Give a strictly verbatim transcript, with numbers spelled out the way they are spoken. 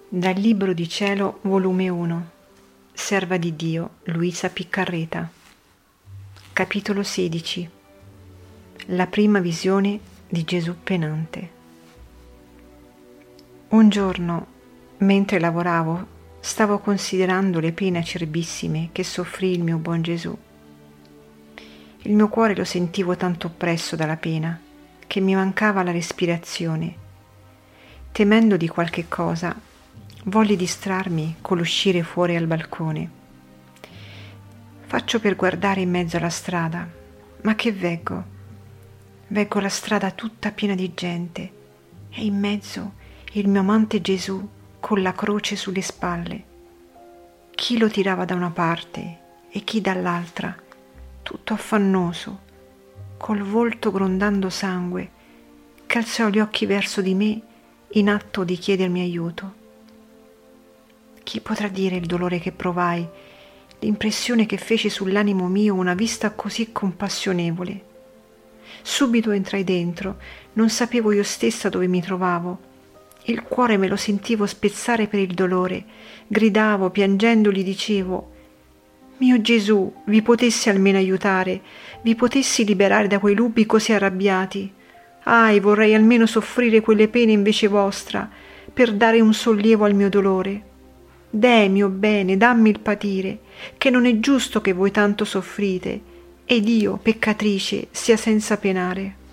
Dal Libro di Cielo, volume uno, Serva di Dio, Luisa Piccarreta. Capitolo sedici. La prima visione di Gesù penante. Un giorno, mentre lavoravo, stavo considerando le pene acerbissime che soffrì il mio buon Gesù. Il mio cuore lo sentivo tanto oppresso dalla pena che mi mancava la respirazione. Temendo di qualche cosa, volli distrarmi con l'uscire fuori al balcone. Faccio per guardare in mezzo alla strada, ma che veggo? Veggo la strada tutta piena di gente e in mezzo il mio amante Gesù con la croce sulle spalle. Chi lo tirava da una parte e chi dall'altra, tutto affannoso, col volto grondando sangue, che alzò gli occhi verso di me in atto di chiedermi aiuto. Chi potrà dire il dolore che provai, l'impressione che fece sull'animo mio una vista così compassionevole? Subito entrai dentro, non sapevo io stessa dove mi trovavo. Il cuore me lo sentivo spezzare per il dolore, gridavo, piangendo gli dicevo: «Mio Gesù, vi potessi almeno aiutare, vi potessi liberare da quei lupi così arrabbiati. Ahi, vorrei almeno soffrire quelle pene invece vostra, per dare un sollievo al mio dolore. Deh, mio bene, dammi il patire, che non è giusto che voi tanto soffrite, ed io, peccatrice, sia senza penare».